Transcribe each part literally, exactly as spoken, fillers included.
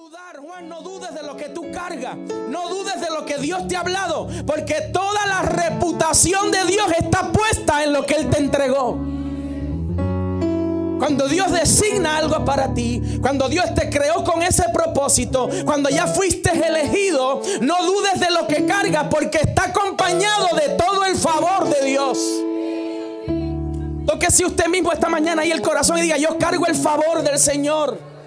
dudar, Juan, no dudes de lo que tú cargas. No dudes de lo que Dios te ha hablado, porque toda la reputación de Dios está puesta en lo que Él te entregó. Cuando Dios designa algo para ti, cuando Dios te creó con ese propósito, cuando ya fuiste elegido, no dudes de lo que cargas, porque está acompañado de todo el favor de Dios. Tóquese usted mismo esta mañana ahí el corazón y diga: yo cargo el favor del Señor.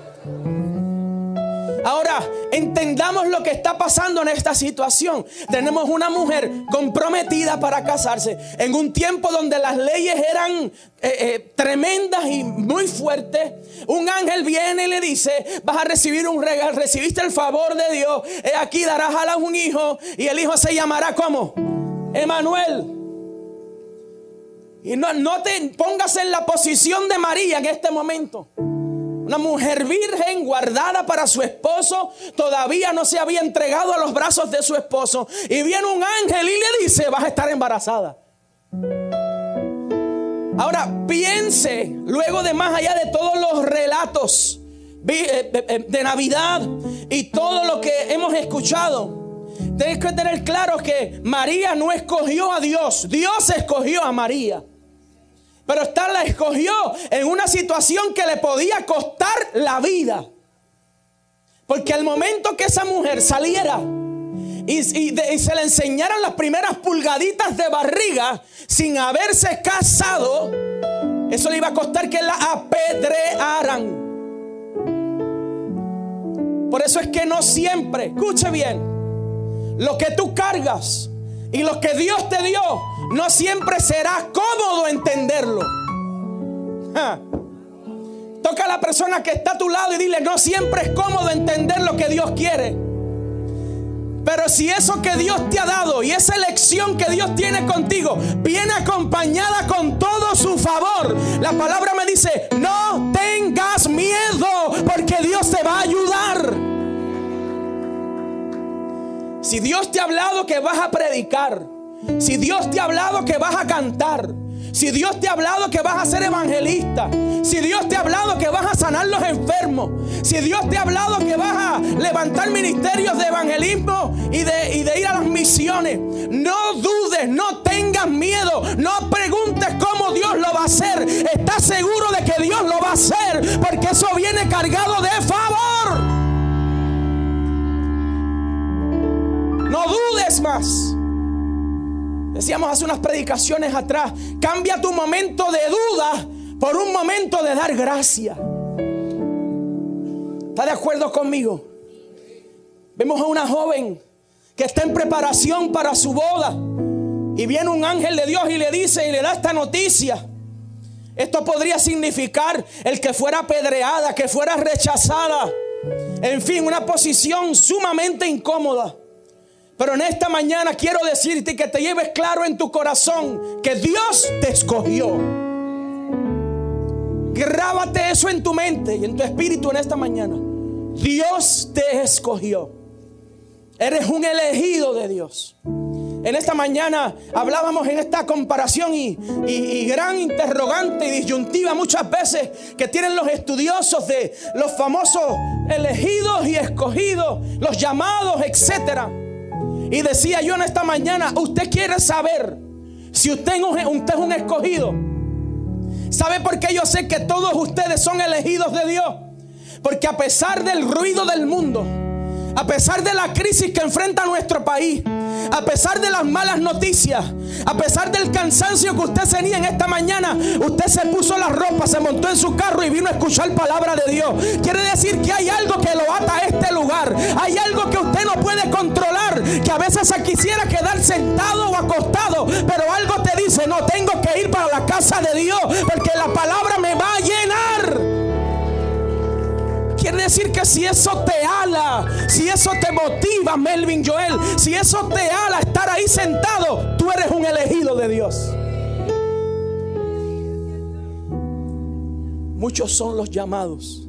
Ahora, entendamos lo que está pasando en esta situación. Tenemos una mujer comprometida para casarse en un tiempo donde las leyes eran eh, eh, tremendas y muy fuertes. Un ángel viene y le dice: vas a recibir un regalo, recibiste el favor de Dios. He aquí darás a un hijo y el hijo se llamará ¿cómo? Emanuel. Y no, no te pongas en la posición de María en este momento. Una mujer virgen guardada para su esposo, todavía no se había entregado a los brazos de su esposo. Y viene un ángel y le dice: vas a estar embarazada. Ahora piense, luego de más allá de todos los relatos de Navidad y todo lo que hemos escuchado, tienes que tener claro que María no escogió a Dios, Dios escogió a María. Pero esta la escogió en una situación que le podía costar la vida. Porque al momento que esa mujer saliera y, y, de, y se le enseñaran las primeras pulgaditas de barriga sin haberse casado, eso le iba a costar que la apedrearan. Por eso es que no siempre, escuche bien, lo que tú cargas y lo que Dios te dio, no siempre será cómodo entenderlo. Ja. Toca a la persona que está a tu lado y dile: no siempre es cómodo entender lo que Dios quiere. Pero si eso que Dios te ha dado y esa elección que Dios tiene contigo viene acompañada con todo su favor, la palabra me dice: no tengas miedo, porque Dios te va a ayudar. Si Dios te ha hablado que vas a predicar, si Dios te ha hablado que vas a cantar, si Dios te ha hablado que vas a ser evangelista, si Dios te ha hablado que vas a sanar los enfermos, si Dios te ha hablado que vas a levantar ministerios de evangelismo y de, y de ir a las misiones, no dudes, no tengas miedo, no preguntes cómo Dios lo va a hacer. Estás seguro de que Dios lo va a hacer, porque eso viene cargado de favor. No dudes más. Decíamos hace unas predicaciones atrás: cambia tu momento de duda por un momento de dar gracia. ¿Está de acuerdo conmigo? Vemos a una joven que está en preparación para su boda, y viene un ángel de Dios y le dice y le da esta noticia. Esto podría significar el que fuera apedreada, que fuera rechazada, en fin, una posición sumamente incómoda. Pero en esta mañana quiero decirte que te lleves claro en tu corazón que Dios te escogió. Grábate eso en tu mente y en tu espíritu en esta mañana. Dios te escogió. Eres un elegido de Dios. En esta mañana hablábamos en esta comparación y, y, y gran interrogante y disyuntiva muchas veces que tienen los estudiosos de los famosos elegidos y escogidos, los llamados, etcétera. Y decía yo en esta mañana: usted quiere saber si usted es un, usted es un escogido. ¿Sabe por qué yo sé que todos ustedes son elegidos de Dios? Porque a pesar del ruido del mundo, a pesar de la crisis que enfrenta nuestro país, a pesar de las malas noticias, a pesar del cansancio que usted tenía en esta mañana, usted se puso la ropa, se montó en su carro y vino a escuchar palabra de Dios. Quiere decir que hay algo que lo ata a este lugar. Hay algo que usted no puede controlar, que a veces se quisiera quedar sentado o acostado, pero algo te dice: no, tengo que ir para la casa de Dios, porque la palabra me va a llenar. Quiere decir que si eso te ala, si eso te motiva, Melvin Joel, si eso te ala estar ahí sentado, tú eres un elegido de Dios. Muchos son los llamados.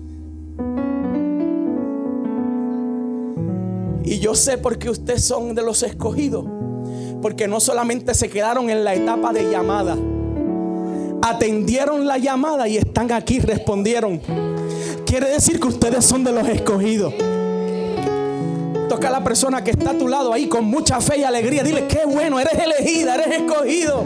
Y yo sé por qué ustedes son de los escogidos. Porque no solamente se quedaron en la etapa de llamada, atendieron la llamada y están aquí, respondieron. quiere decir que ustedes son de los escogidos. Toca a la persona que está a tu lado ahí con mucha fe y alegría. Dile: qué bueno, eres elegida, eres escogido.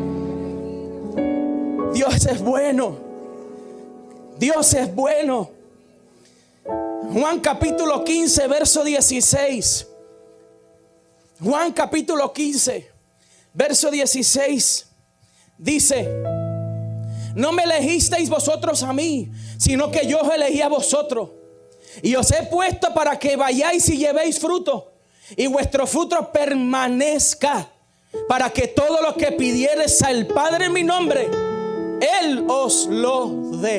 Dios es bueno. Dios es bueno. Juan capítulo quince, verso dieciséis. Juan capítulo quince, verso dieciséis. Dice: no me elegisteis vosotros a mí, sino que yo os elegí a vosotros. Y os he puesto para que vayáis y llevéis fruto, y vuestro fruto permanezca, para que todo lo que pidiereis al Padre en mi nombre, Él os lo dé.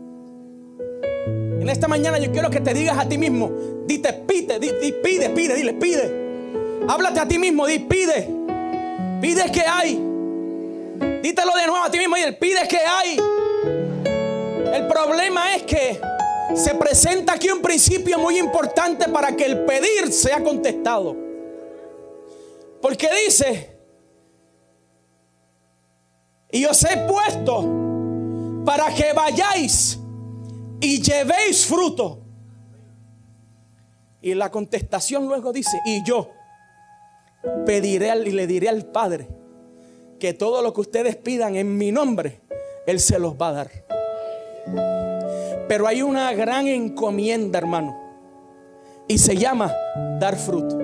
En esta mañana yo quiero que te digas a ti mismo: dite, pide, di, di, pide, pide, dile, pide. Háblate a ti mismo, di, pide. Pide que hay. Dítelo de nuevo a ti mismo, dile, pide que hay. El problema es que se presenta aquí un principio muy importante para que el pedir sea contestado. Porque dice: y os he puesto para que vayáis y llevéis fruto. Y la contestación luego dice: y yo pediré y le diré al Padre que todo lo que ustedes pidan en mi nombre, Él se los va a dar. Pero hay una gran encomienda, hermano, y se llama dar fruto.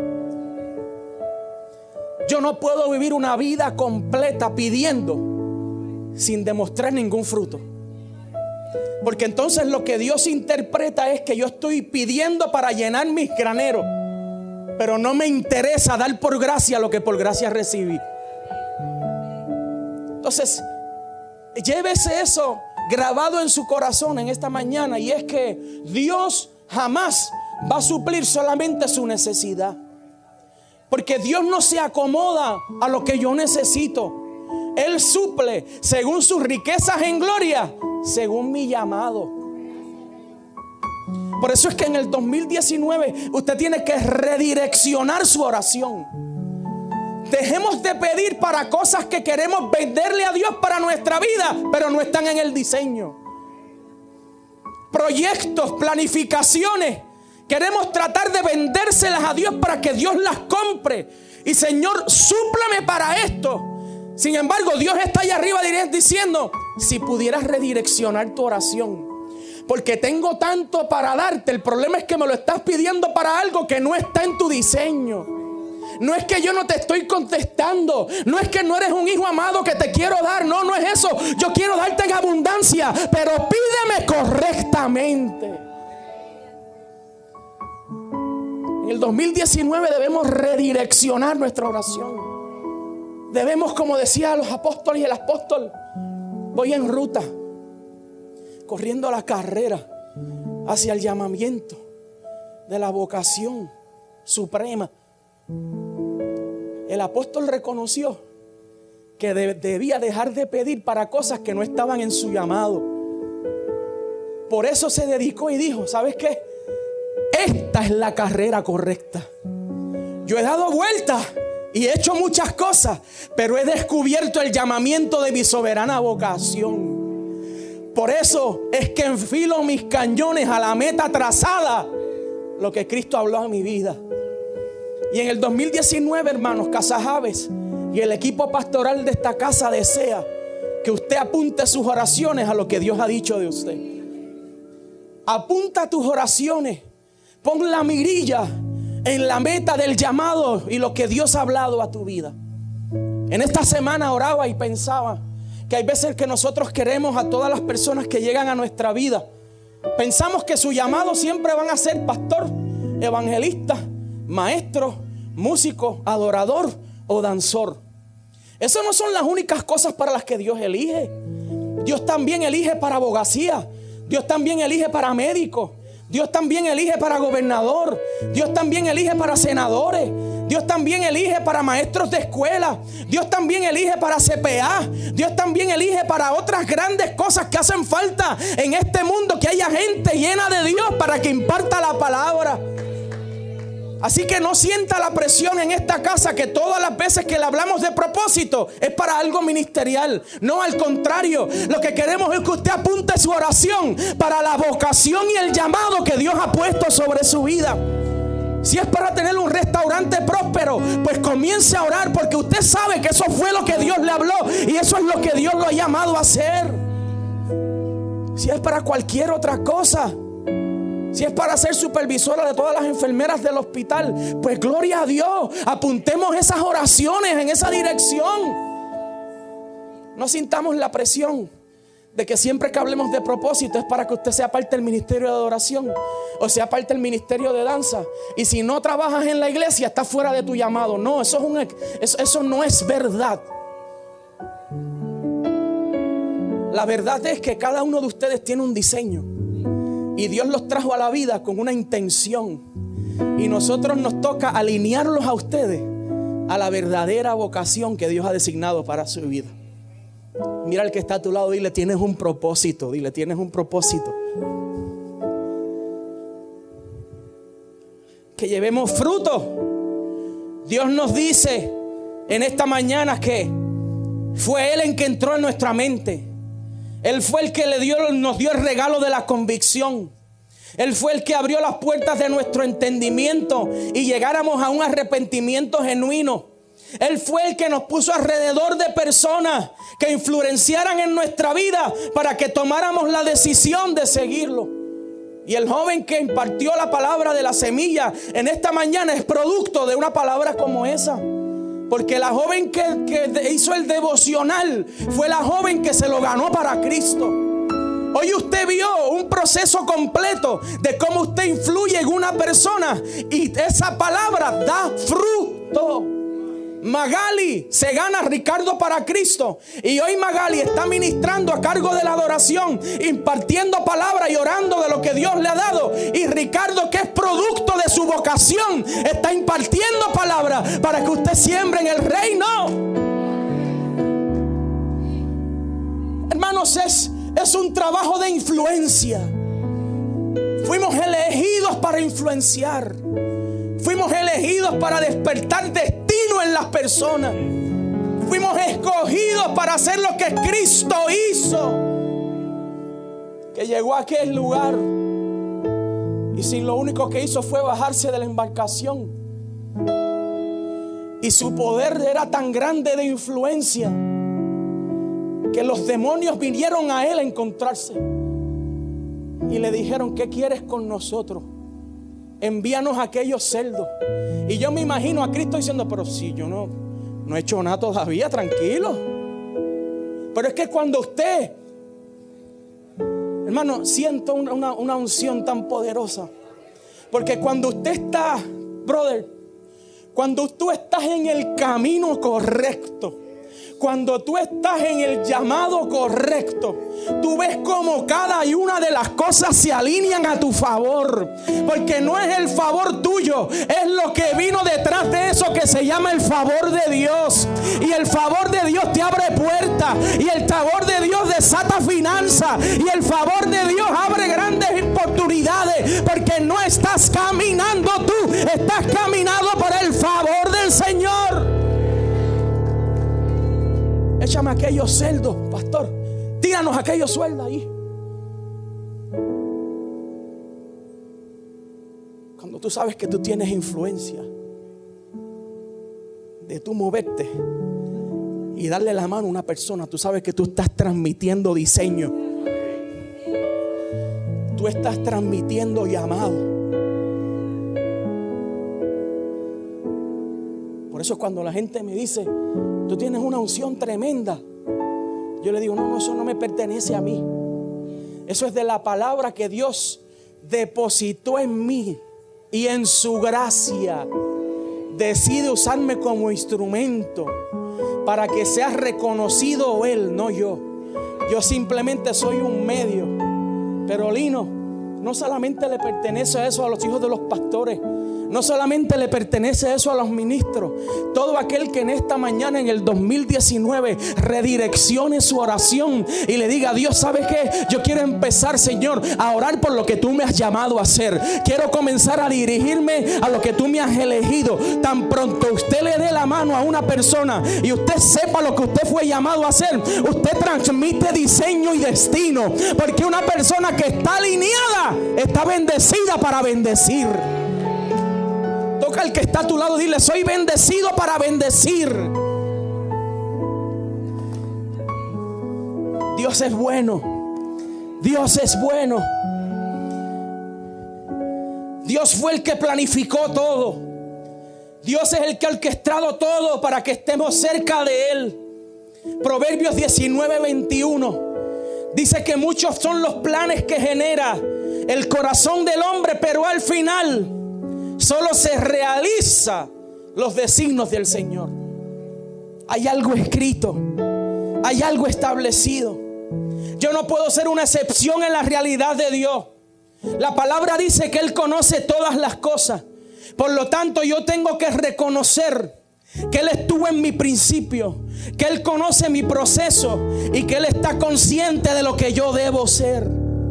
Yo no puedo vivir una vida completa pidiendo sin demostrar ningún fruto. Porque entonces lo que Dios interpreta es que yo estoy pidiendo para llenar mis graneros, pero no me interesa dar por gracia lo que por gracia recibí. Entonces, llévese eso grabado en su corazón en esta mañana, y es que Dios jamás va a suplir solamente su necesidad, porque Dios no se acomoda a lo que yo necesito. Él suple según sus riquezas en gloria, según mi llamado. Por eso es que en el dos mil diecinueve usted tiene que redireccionar su oración. Dejemos de pedir para cosas que queremos venderle a Dios para nuestra vida, pero no están en el diseño. Proyectos, planificaciones, queremos tratar de vendérselas a Dios para que Dios las compre. Y Señor, súplame para esto. Sin embargo, Dios está allá arriba diciendo: si pudieras redireccionar tu oración, porque tengo tanto para darte. El problema es que me lo estás pidiendo para algo que no está en tu diseño. No es que yo no te estoy contestando, no es que no eres un hijo amado que te quiero dar, no, no es eso. Yo quiero darte en abundancia, pero pídeme correctamente. En el dos mil diecinueve debemos redireccionar nuestra oración. Debemos, como decía los apóstoles y el apóstol: voy en ruta, corriendo la carrera hacia el llamamiento de la vocación suprema. El apóstol reconoció que de, debía dejar de pedir para cosas que no estaban en su llamado. Por eso se dedicó y dijo: ¿sabes qué? Esta es la carrera correcta. Yo he dado vueltas y he hecho muchas cosas, pero he descubierto el llamamiento de mi soberana vocación. Por eso es que enfilo mis cañones a la meta trazada, lo que Cristo habló a mi vida. Y en el dos mil diecinueve, hermanos, Casajaves y el equipo pastoral de esta casa desea que usted apunte sus oraciones a lo que Dios ha dicho de usted. Apunta tus oraciones, pon la mirilla en la meta del llamado y lo que Dios ha hablado a tu vida. En esta semana oraba y pensaba que hay veces que nosotros queremos a todas las personas que llegan a nuestra vida, pensamos que su llamado siempre van a ser pastor, evangelista, maestro, músico, adorador o danzor. Esas no son las únicas cosas para las que Dios elige. Dios también elige para abogacía. Dios también elige para médico. Dios también elige para gobernador. Dios también elige para senadores. Dios también elige para maestros de escuela. Dios también elige para C P A. Dios también elige para otras grandes cosas que hacen falta en este mundo, que haya gente llena de Dios para que imparta la palabra. Así que no sienta la presión en esta casa que todas las veces que le hablamos de propósito es para algo ministerial. No, al contrario, lo que queremos es que usted apunte su oración para la vocación y el llamado que Dios ha puesto sobre su vida. Si es para tener un restaurante próspero, pues comience a orar, porque usted sabe que eso fue lo que Dios le habló y eso es lo que Dios lo ha llamado a hacer. Si es para cualquier otra cosa, si es para ser supervisora de todas las enfermeras del hospital, pues gloria a Dios, apuntemos esas oraciones en esa dirección. No sintamos la presión de que siempre que hablemos de propósito es para que usted sea parte del ministerio de adoración o sea parte del ministerio de danza. Y si no trabajas en la iglesia, estás fuera de tu llamado. No, eso, es un, eso, eso no es verdad. La verdad es que cada uno de ustedes tiene un diseño y Dios los trajo a la vida con una intención, y nosotros nos toca alinearlos a ustedes a la verdadera vocación que Dios ha designado para su vida. Mira al que está a tu lado, dile: tienes un propósito. Dile: tienes un propósito. Que llevemos fruto. Dios nos dice en esta mañana que fue Él en que entró en nuestra mente. Él fue el que le dio, nos dio el regalo de la convicción. Él fue el que abrió las puertas de nuestro entendimiento y llegáramos a un arrepentimiento genuino. Él fue el que nos puso alrededor de personas que influenciaran en nuestra vida para que tomáramos la decisión de seguirlo. Y el joven que impartió la palabra de la semilla en esta mañana es producto de una palabra como esa. Porque la joven que, que hizo el devocional fue la joven que se lo ganó para Cristo. Hoy usted vio un proceso completo de cómo usted influye en una persona y esa palabra da fruto. Magali se gana a Ricardo para Cristo, y hoy Magali está ministrando a cargo de la adoración, impartiendo palabra y orando de lo que Dios le ha dado. Y Ricardo, que es producto de su vocación, está impartiendo palabra para que usted siembre en el reino. Hermanos, es, es un trabajo de influencia. Fuimos elegidos para influenciar. Fuimos elegidos para despertar destino en las personas. Fuimos escogidos para hacer lo que Cristo hizo, que llegó a aquel lugar y sin lo único que hizo fue bajarse de la embarcación, y su poder era tan grande de influencia que los demonios vinieron a él a encontrarse y le dijeron: ¿qué quieres con nosotros? Envíanos a aquellos cerdos. Y yo me imagino a Cristo diciendo: pero si yo no, no he hecho nada todavía, tranquilo. Pero es que cuando usted, hermano, siento una, una, una unción tan poderosa. Porque cuando usted está, brother, cuando tú estás en el camino correcto, cuando tú estás en el llamado correcto, tú ves como cada y una de las cosas se alinean a tu favor. Porque no es el favor tuyo, es lo que vino detrás de eso que se llama el favor de Dios. Y el favor de Dios te abre puertas, y el favor de Dios desata finanzas, y el favor de Dios abre grandes oportunidades. Porque no estás caminando tú, estás caminando por el favor del Señor. Échame aquellos cerdos, pastor. Tíranos aquellos sueldos ahí. Cuando tú sabes que tú tienes influencia, de tú moverte y darle la mano a una persona, tú sabes que tú estás transmitiendo diseño. Tú estás transmitiendo llamado. Por eso cuando la gente me dice: tú tienes una unción tremenda, yo le digo: no, no, eso no me pertenece a mí. Eso es de la palabra que Dios depositó en mí, y en su gracia decide usarme como instrumento para que sea reconocido Él, no yo. Yo simplemente soy un medio. Pero Lino, no solamente le pertenece a eso a los hijos de los pastores, No solamente le pertenece eso a los ministros. Todo aquel que en esta mañana, en el dos mil diecinueve, redireccione su oración y le diga: Dios, ¿sabes qué? Yo quiero empezar, Señor, a orar por lo que tú me has llamado a hacer. Quiero comenzar a dirigirme a lo que tú me has elegido. Tan pronto usted le dé la mano a una persona y usted sepa lo que usted fue llamado a hacer, usted transmite diseño y destino. Porque una persona que está alineada está bendecida para bendecir. Toca al que está a tu lado, dile: soy bendecido para bendecir. Dios es bueno. Dios es bueno. Dios fue el que planificó todo. Dios es el que ha orquestado todo para que estemos cerca de Él. Proverbios diecinueve veintiuno dice que muchos son los planes que genera el corazón del hombre, pero al final solo se realiza los designios del Señor. Hay algo escrito, hay algo establecido. Yo no puedo ser una excepción en la realidad de Dios. La palabra dice que Él conoce todas las cosas. Por lo tanto, yo tengo que reconocer que Él estuvo en mi principio, que Él conoce mi proceso y que Él está consciente de lo que yo debo ser.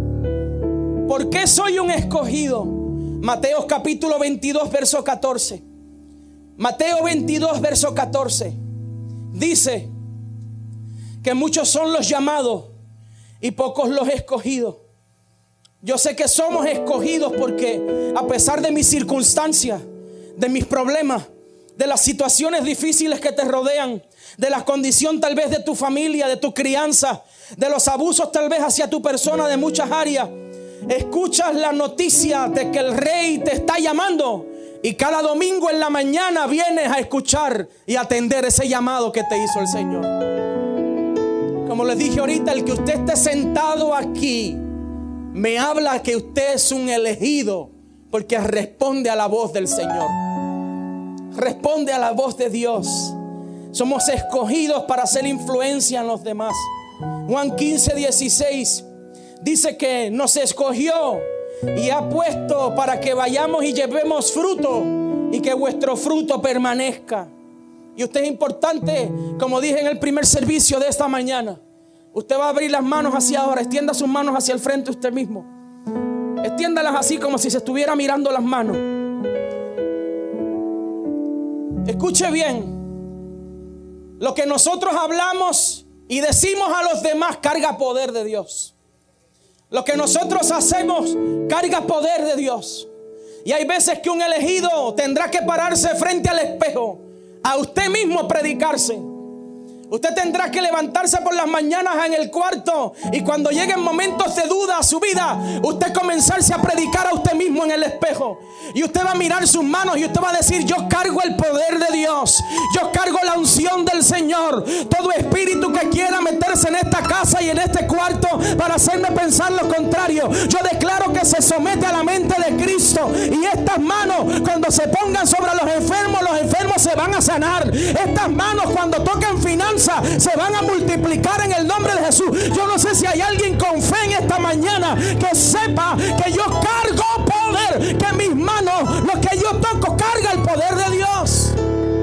¿Por qué soy un escogido? Mateo capítulo veintidós, verso catorce. Mateo veintidós, verso catorce. Dice que muchos son los llamados y pocos los escogidos. Yo sé que somos escogidos porque a pesar de mis circunstancias, de mis problemas, de las situaciones difíciles que te rodean, de la condición tal vez de tu familia, de tu crianza, de los abusos tal vez hacia tu persona de muchas áreas, escuchas la noticia de que el rey te está llamando y cada domingo en la mañana vienes a escuchar y atender ese llamado que te hizo el Señor. Como les dije ahorita, el que usted esté sentado aquí me habla que usted es un elegido porque responde a la voz del Señor. Responde a la voz de Dios. Somos escogidos para hacer influencia en los demás. Juan quince dieciséis dice que nos escogió y ha puesto para que vayamos y llevemos fruto y que vuestro fruto permanezca. Y usted es importante, como dije en el primer servicio de esta mañana. Usted va a abrir las manos hacia ahora. Extienda sus manos hacia el frente usted mismo. Extiéndalas así como si se estuviera mirando las manos. Escuche bien. Lo que nosotros hablamos y decimos a los demás carga poder de Dios. Lo que nosotros hacemos carga poder de Dios. Y hay veces que un elegido tendrá que pararse frente al espejo, a usted mismo predicarse. Usted tendrá que levantarse por las mañanas en el cuarto y cuando lleguen momentos de duda a su vida, usted comenzarse a predicar a usted mismo en el espejo. Y usted va a mirar sus manos y usted va a decir: yo cargo el poder de Dios, yo cargo la unción del Señor. Todo espíritu que quiera meterse en esta casa y en este cuarto para hacerme pensar lo contrario, yo declaro que se somete a la mente de Cristo. Y estas manos, cuando se pongan sobre los enfermos, los enfermos se van a sanar. Estas manos, cuando toquen finanzas, se van a multiplicar en el nombre de Jesús. Yo no sé si hay alguien con fe en esta mañana que sepa que yo cargo poder, que mis manos, lo que yo toco, carga el poder de Dios.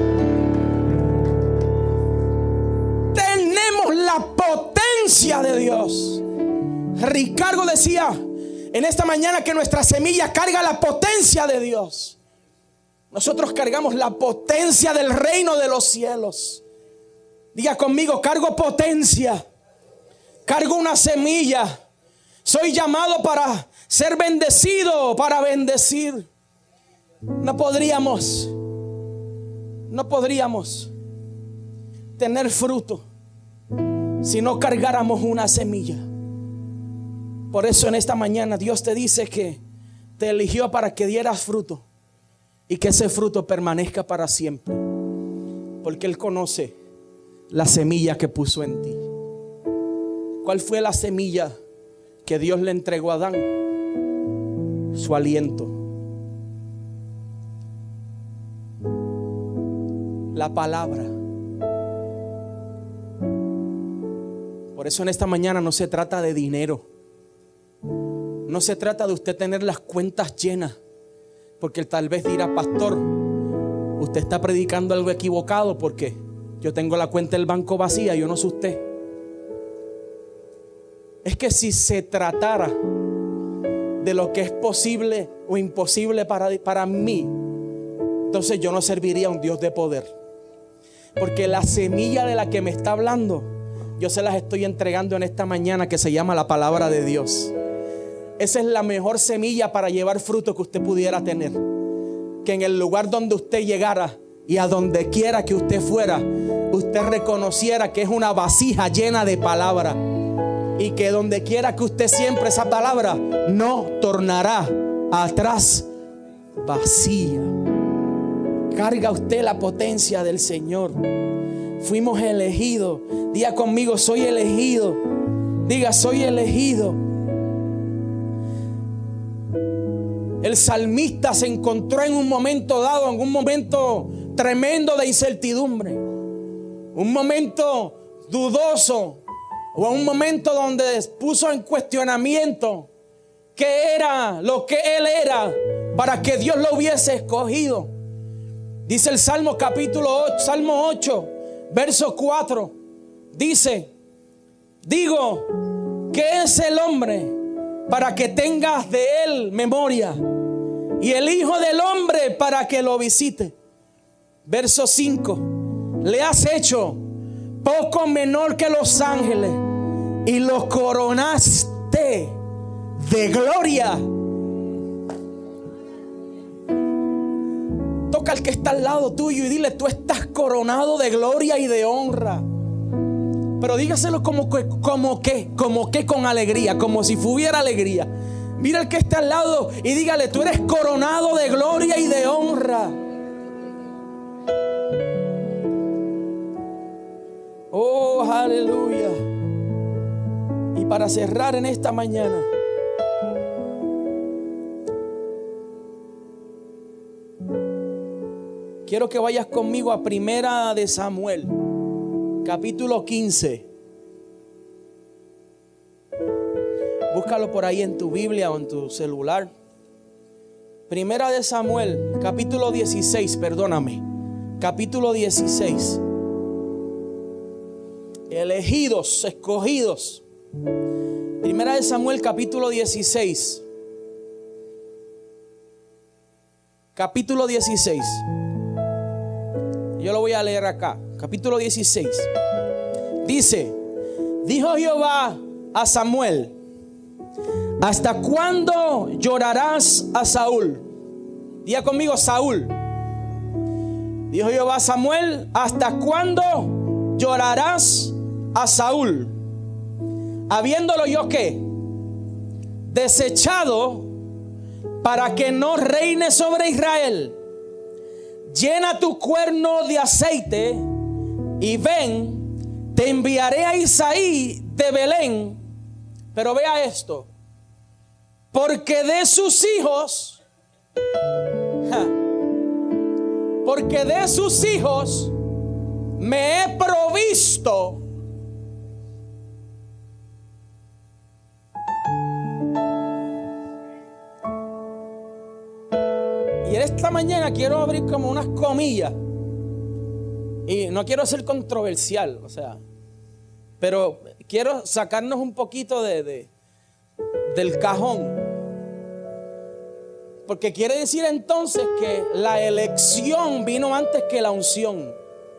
Tenemos la potencia de Dios. Ricardo decía en esta mañana que nuestra semilla carga la potencia de Dios. Nosotros cargamos la potencia del reino de los cielos. Diga conmigo: cargo potencia, cargo una semilla. Soy llamado para ser bendecido, para bendecir. No podríamos, no podríamos tener fruto si no cargáramos una semilla. Por eso en esta mañana Dios te dice que te eligió para que dieras fruto y que ese fruto permanezca para siempre, porque Él conoce la semilla que puso en ti. ¿Cuál fue la semilla que Dios le entregó a Adán? Su aliento. La palabra. Por eso en esta mañana no se trata de dinero. No se trata de usted tener las cuentas llenas. Porque tal vez dirá: pastor, usted está predicando algo equivocado, porque yo tengo la cuenta del banco vacía, yo no sé usted. Es que si se tratara de lo que es posible o imposible para, para mí, entonces yo no serviría a un Dios de poder. Porque la semilla de la que me está hablando, yo se las estoy entregando en esta mañana, que se llama la palabra de Dios. Esa es la mejor semilla para llevar fruto que usted pudiera tener. Que en el lugar donde usted llegara y a donde quiera que usted fuera, usted reconociera que es una vasija llena de palabra. Y que donde quiera que usted siembre esa palabra, no tornará atrás vacía. Carga usted la potencia del Señor. Fuimos elegidos. Diga conmigo: soy elegido. Diga: soy elegido. El salmista se encontró en un momento dado, en un momento tremendo de incertidumbre, un momento dudoso, o un momento donde puso en cuestionamiento qué era lo que él era para que Dios lo hubiese escogido. Dice el Salmo capítulo ocho, Salmo ocho, verso cuatro. Dice: digo, ¿qué es el hombre para que tengas de él memoria? Y el hijo del hombre para que lo visite. Verso cinco. Le has hecho poco menor que los ángeles y los coronaste de gloria. Toca al que está al lado tuyo y dile: tú estás coronado de gloria y de honra. Pero dígaselo como que, como que, como que con alegría, como si hubiera alegría. Mira al que está al lado y dígale: tú eres coronado de gloria y de honra. Oh, aleluya. Y para cerrar en esta mañana, quiero que vayas conmigo a Primera de Samuel, capítulo quince. Búscalo por ahí en tu Biblia o en tu celular. Primera de Samuel, capítulo dieciséis, perdóname. Capítulo dieciséis. Elegidos, escogidos. Primera de Samuel, capítulo dieciséis. Capítulo dieciséis. Yo lo voy a leer acá. Capítulo dieciséis. Dice: dijo Jehová a Samuel: ¿hasta cuándo llorarás a Saúl? Diga conmigo: Saúl. Dijo Jehová a Samuel: ¿hasta cuándo llorarás a Saúl? Habiéndolo yo ¿qué? Desechado para que no reine sobre Israel. Llena tu cuerno de aceite y ven, te enviaré a Isaí de Belén. Pero vea esto: porque de sus hijos, ja, porque de sus hijos me he provisto. Y esta mañana quiero abrir como unas comillas. Y no quiero ser controversial, o sea, pero quiero sacarnos un poquito de, de del cajón. Porque quiere decir entonces que la elección vino antes que la unción.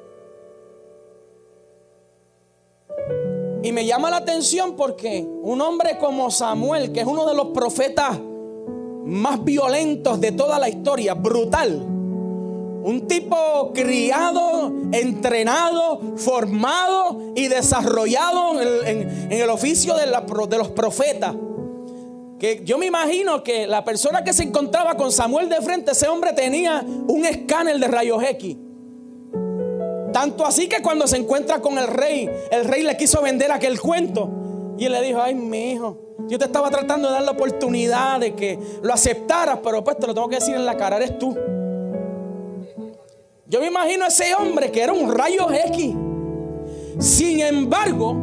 Y me llama la atención porque un hombre como Samuel, que es uno de los profetas más violentos de toda la historia, brutal, un tipo criado, entrenado, formado y desarrollado en el, en, en el oficio de, la, de los profetas, que yo me imagino que la persona que se encontraba con Samuel de frente, ese hombre tenía un escáner de rayos X. Tanto así que cuando se encuentra con el rey, el rey le quiso vender aquel cuento. Y él le dijo: ay, mi hijo, yo te estaba tratando de dar la oportunidad de que lo aceptaras, pero pues te lo tengo que decir en la cara, eres tú. Yo me imagino a ese hombre que era un rayo X. Sin embargo,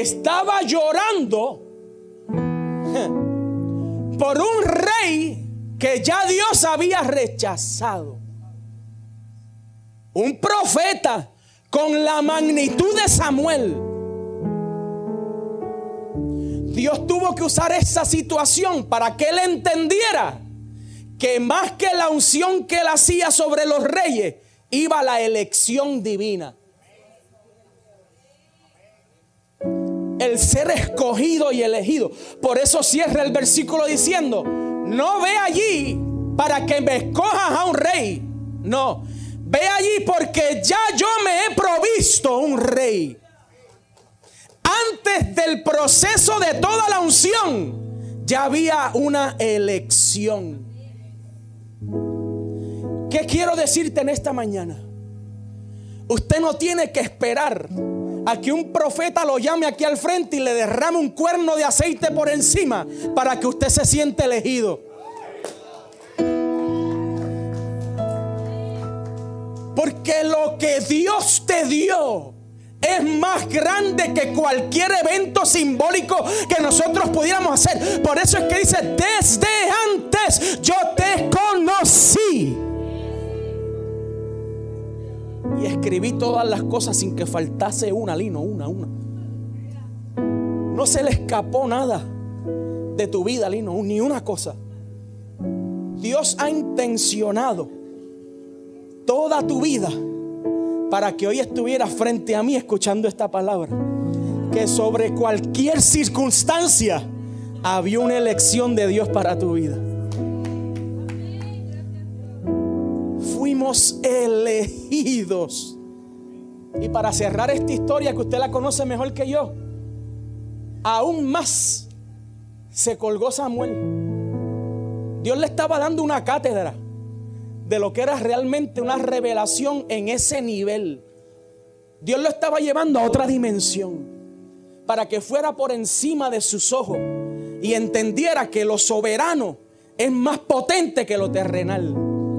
estaba llorando por un rey que ya Dios había rechazado. Un profeta con la magnitud de Samuel. Dios tuvo que usar esa situación para que él entendiera que más que la unción que él hacía sobre los reyes, iba la elección divina. El ser escogido y elegido. Por eso cierra el versículo diciendo: no ve allí para que me escojas a un rey. No, ve allí porque ya yo me he provisto un rey. Antes del proceso de toda la unción, ya había una elección. ¿Qué quiero decirte en esta mañana? Usted no tiene que esperar a que un profeta lo llame aquí al frente y le derrame un cuerno de aceite por encima para que usted se siente elegido. Porque lo que Dios te dio es más grande que cualquier evento simbólico que nosotros pudiéramos hacer. Por eso es que dice: desde antes yo te conocí y escribí todas las cosas sin que faltase una, Lino, una, una. No se le escapó nada de tu vida, Lino, ni una cosa. Dios ha intencionado toda tu vida para que hoy estuvieras frente a mí escuchando esta palabra. Que sobre cualquier circunstancia había una elección de Dios para tu vida. Fuimos elegidos. Y para cerrar esta historia, que usted la conoce mejor que yo, aún más se colgó Samuel. Dios le estaba dando una cátedra de lo que era realmente una revelación en ese nivel. Dios lo estaba llevando a otra dimensión para que fuera por encima de sus ojos y entendiera que lo soberano es más potente que lo terrenal.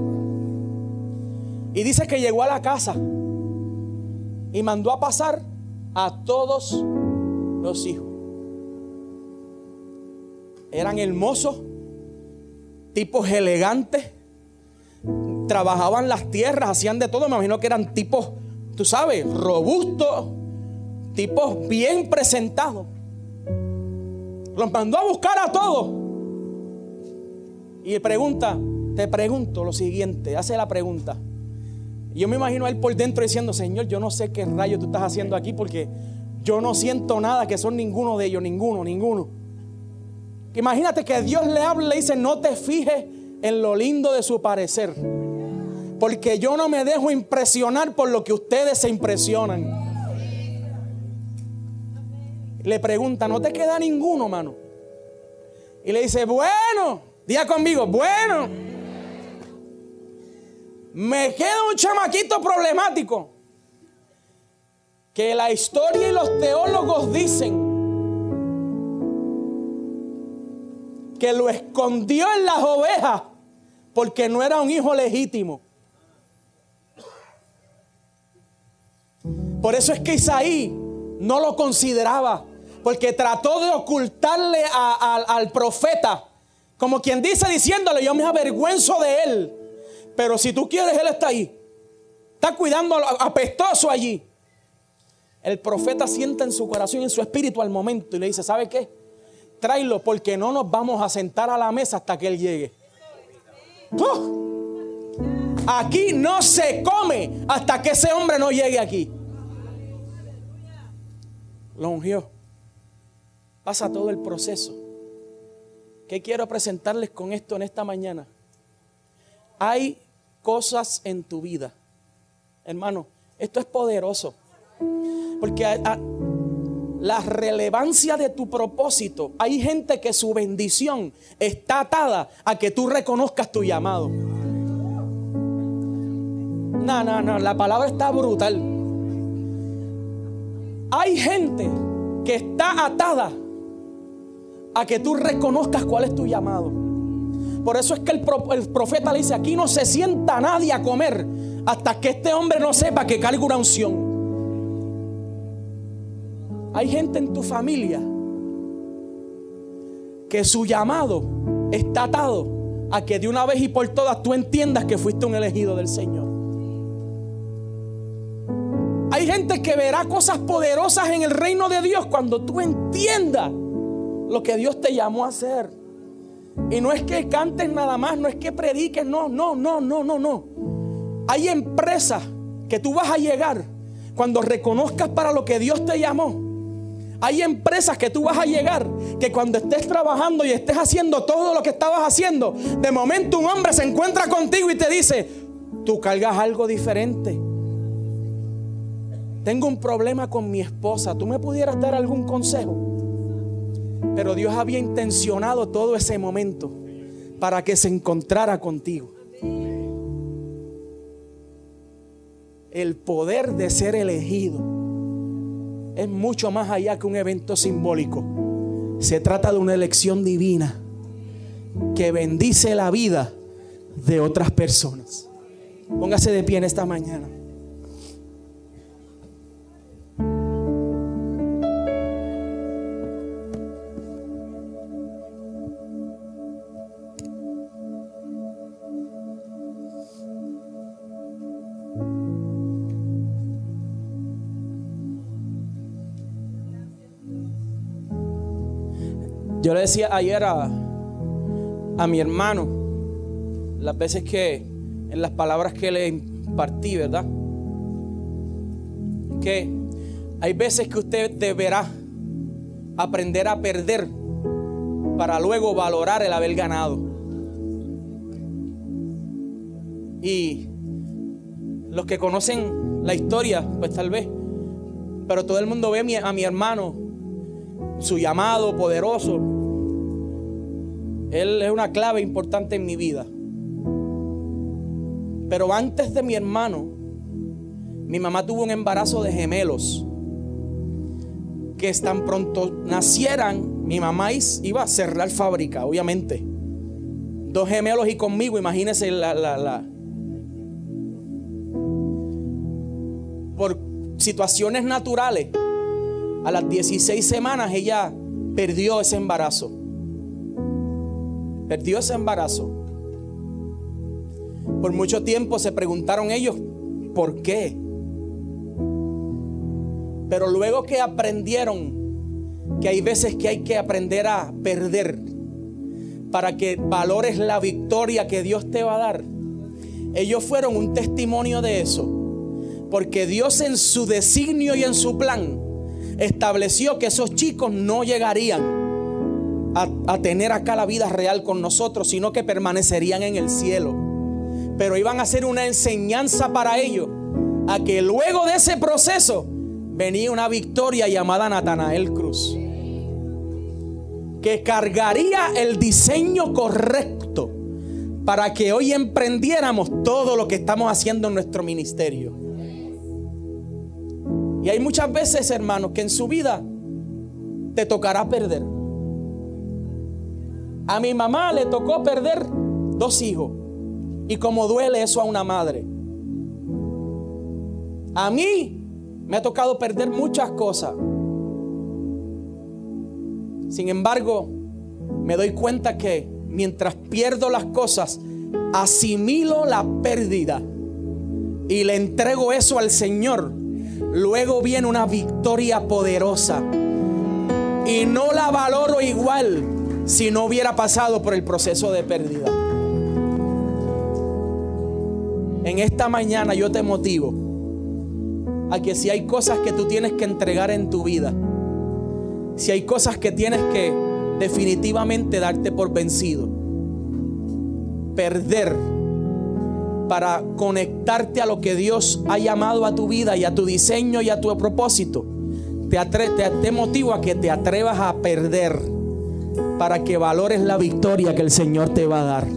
Y dice que llegó a la casa y mandó a pasar a todos los hijos. Eran hermosos, tipos elegantes, trabajaban las tierras, hacían de todo. Me imagino que eran tipos, tú sabes, robustos, tipos bien presentados. Los mandó a buscar a todos. Y pregunta, te pregunto lo siguiente, hace la pregunta. Yo me imagino a él por dentro diciendo: Señor, yo no sé qué rayo tú estás haciendo aquí, porque yo no siento nada que son ninguno de ellos, ninguno, ninguno. Imagínate que Dios le habla y le dice: no te fijes en lo lindo de su parecer, porque yo no me dejo impresionar por lo que ustedes se impresionan. Le pregunta: ¿no te queda ninguno, mano? Y le dice: bueno, diga conmigo, bueno, me queda un chamaquito problemático que la historia y los teólogos dicen que lo escondió en las ovejas porque no era un hijo legítimo. Por eso es que Isaí no lo consideraba, porque trató de ocultarle a, a, al profeta, como quien dice, diciéndole: yo me avergüenzo de él, pero si tú quieres, él está ahí, está cuidando apestoso allí. El profeta siente en su corazón y en su espíritu al momento y le dice: ¿sabe qué? Tráelo, porque no nos vamos a sentar a la mesa hasta que él llegue. ¡Uh! Aquí no se come hasta que ese hombre no llegue aquí. Lo ungió. Pasa todo el proceso. ¿Qué quiero presentarles con esto en esta mañana? Hay cosas en tu vida, hermano, esto es poderoso, porque a, a, la relevancia de tu propósito, hay gente que su bendición está atada a que tú reconozcas tu llamado. No, no, no, la palabra está brutal. Hay gente que está atada a que tú reconozcas cuál es tu llamado. Por eso es que el, pro, el profeta le dice: aquí no se sienta nadie a comer hasta que este hombre no sepa que carga una unción. Hay gente en tu familia que su llamado está atado a que de una vez y por todas tú entiendas que fuiste un elegido del Señor. Hay gente que verá cosas poderosas en el reino de Dios cuando tú entiendas lo que Dios te llamó a hacer. Y no es que cantes nada más, no es que prediques, no, no, no, no, no, no. Hay empresas que tú vas a llegar cuando reconozcas para lo que Dios te llamó. Hay empresas que tú vas a llegar que cuando estés trabajando y estés haciendo todo lo que estabas haciendo, de momento un hombre se encuentra contigo y te dice: tú cargas algo diferente. Tengo un problema con mi esposa, ¿tú me pudieras dar algún consejo? Pero Dios había intencionado todo ese momento para que se encontrara contigo. El poder de ser elegido es mucho más allá que un evento simbólico. Se trata de una elección divina que bendice la vida de otras personas. Póngase de pie en esta mañana. Yo le decía ayer a, a mi hermano, las veces que, en las palabras que le impartí, ¿verdad? Que hay veces que usted deberá aprender a perder para luego valorar el haber ganado. Y los que conocen la historia, pues tal vez, pero todo el mundo ve a mi, a mi hermano, su llamado poderoso. Él es una clave importante en mi vida. Pero antes de mi hermano, mi mamá tuvo un embarazo de gemelos, que tan pronto nacieran, mi mamá iba a cerrar fábrica, obviamente. Dos gemelos y conmigo, imagínense la, la, la. Por situaciones naturales, a las dieciséis semanas ella perdió ese embarazo. Perdió ese embarazo. Por mucho tiempo se preguntaron ellos ¿por qué? Pero luego que aprendieron que hay veces que hay que aprender a perder para que valores la victoria que Dios te va a dar, ellos fueron un testimonio de eso. Porque Dios en su designio y en su plan estableció que esos chicos no llegarían a, a tener acá la vida real con nosotros, sino que permanecerían en el cielo. Pero iban a ser una enseñanza para ellos, a que luego de ese proceso venía una victoria llamada Natanael Cruz, que cargaría el diseño correcto para que hoy emprendiéramos todo lo que estamos haciendo en nuestro ministerio. Y hay muchas veces, hermanos, que en su vida te tocará perder. A mi mamá le tocó perder dos hijos. Y como duele eso a una madre. A mí me ha tocado perder muchas cosas. Sin embargo, me doy cuenta que mientras pierdo las cosas, asimilo la pérdida y le entrego eso al Señor. Luego viene una victoria poderosa y no la valoro igual si no hubiera pasado por el proceso de pérdida. En esta mañana yo te motivo a que si hay cosas que tú tienes que entregar en tu vida, si hay cosas que tienes que definitivamente darte por vencido, perder para conectarte a lo que Dios ha llamado a tu vida y a tu diseño y a tu propósito, te, atre- te, te motivo a que te atrevas a perder para que valores la victoria que el Señor te va a dar.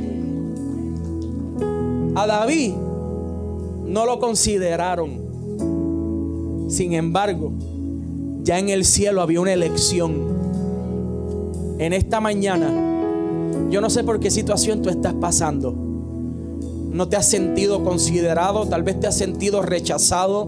A David no lo consideraron. Sin embargo, ya en el cielo había una elección. En esta mañana, yo no sé por qué situación tú estás pasando. No te has sentido considerado, tal vez te has sentido rechazado,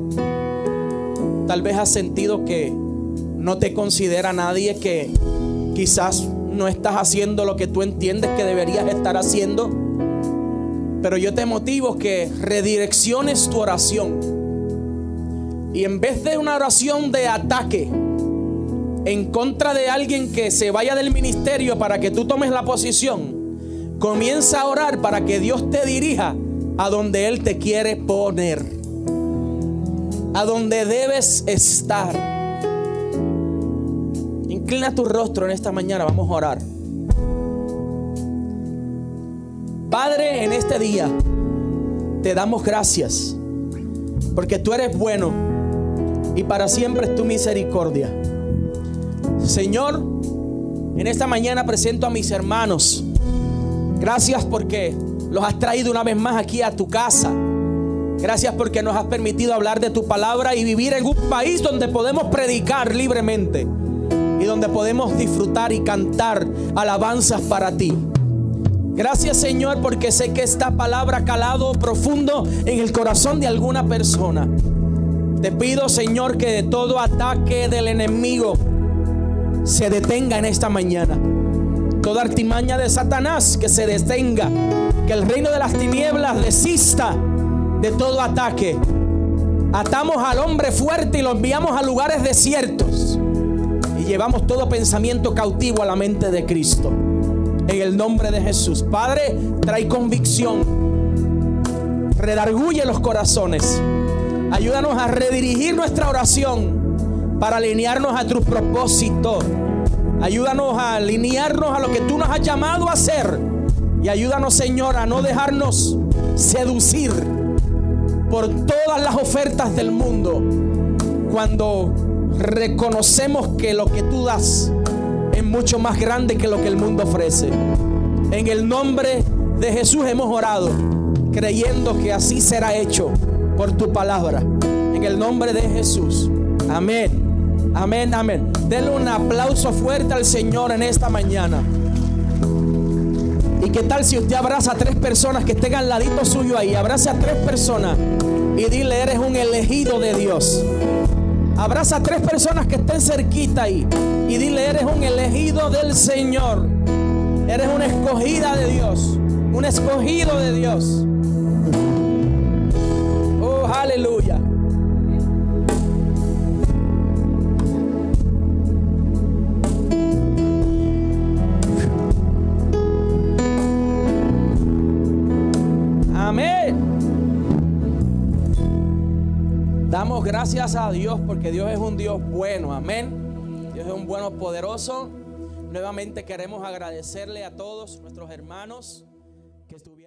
tal vez has sentido que no te considera nadie, que quizás no estás haciendo lo que tú entiendes que deberías estar haciendo. Pero yo te motivo que redirecciones tu oración. Y en vez de una oración de ataque en contra de alguien que se vaya del ministerio para que tú tomes la posición, comienza a orar para que Dios te dirija a donde Él te quiere poner, a donde debes estar. Inclina tu rostro en esta mañana, vamos a orar. Padre, en este día te damos gracias porque tú eres bueno y para siempre es tu misericordia. Señor, en esta mañana presento a mis hermanos. Gracias porque los has traído una vez más aquí a tu casa. Gracias porque nos has permitido hablar de tu palabra y vivir en un país donde podemos predicar libremente y donde podemos disfrutar y cantar alabanzas para ti. Gracias, Señor, porque sé que esta palabra ha calado profundo en el corazón de alguna persona. Te pido, Señor, que de todo ataque del enemigo se detenga en esta mañana. Toda artimaña de Satanás que se detenga. Que el reino de las tinieblas desista de todo ataque. Atamos al hombre fuerte y lo enviamos a lugares desiertos. Y llevamos todo pensamiento cautivo a la mente de Cristo. En el nombre de Jesús. Padre, trae convicción. Redarguye los corazones. Ayúdanos a redirigir nuestra oración para alinearnos a tu propósito. Ayúdanos a alinearnos a lo que tú nos has llamado a hacer. Y ayúdanos, Señor, a no dejarnos seducir por todas las ofertas del mundo. Cuando reconocemos que lo que tú das es mucho más grande que lo que el mundo ofrece. En el nombre de Jesús hemos orado, creyendo que así será hecho por tu palabra. En el nombre de Jesús. Amén. Amén, amén. Denle un aplauso fuerte al Señor en esta mañana. ¿Y qué tal si usted abraza a tres personas que estén al ladito suyo ahí? Abraza a tres personas y dile: eres un elegido de Dios. Abraza a tres personas que estén cerquita ahí y dile: eres un elegido del Señor. Eres una escogida de Dios. Un escogido de Dios. Oh, aleluya. Amén. Damos gracias a Dios porque Dios es un Dios bueno. Amén. Dios es un bueno poderoso. Nuevamente queremos agradecerle a todos nuestros hermanos que estuvieron.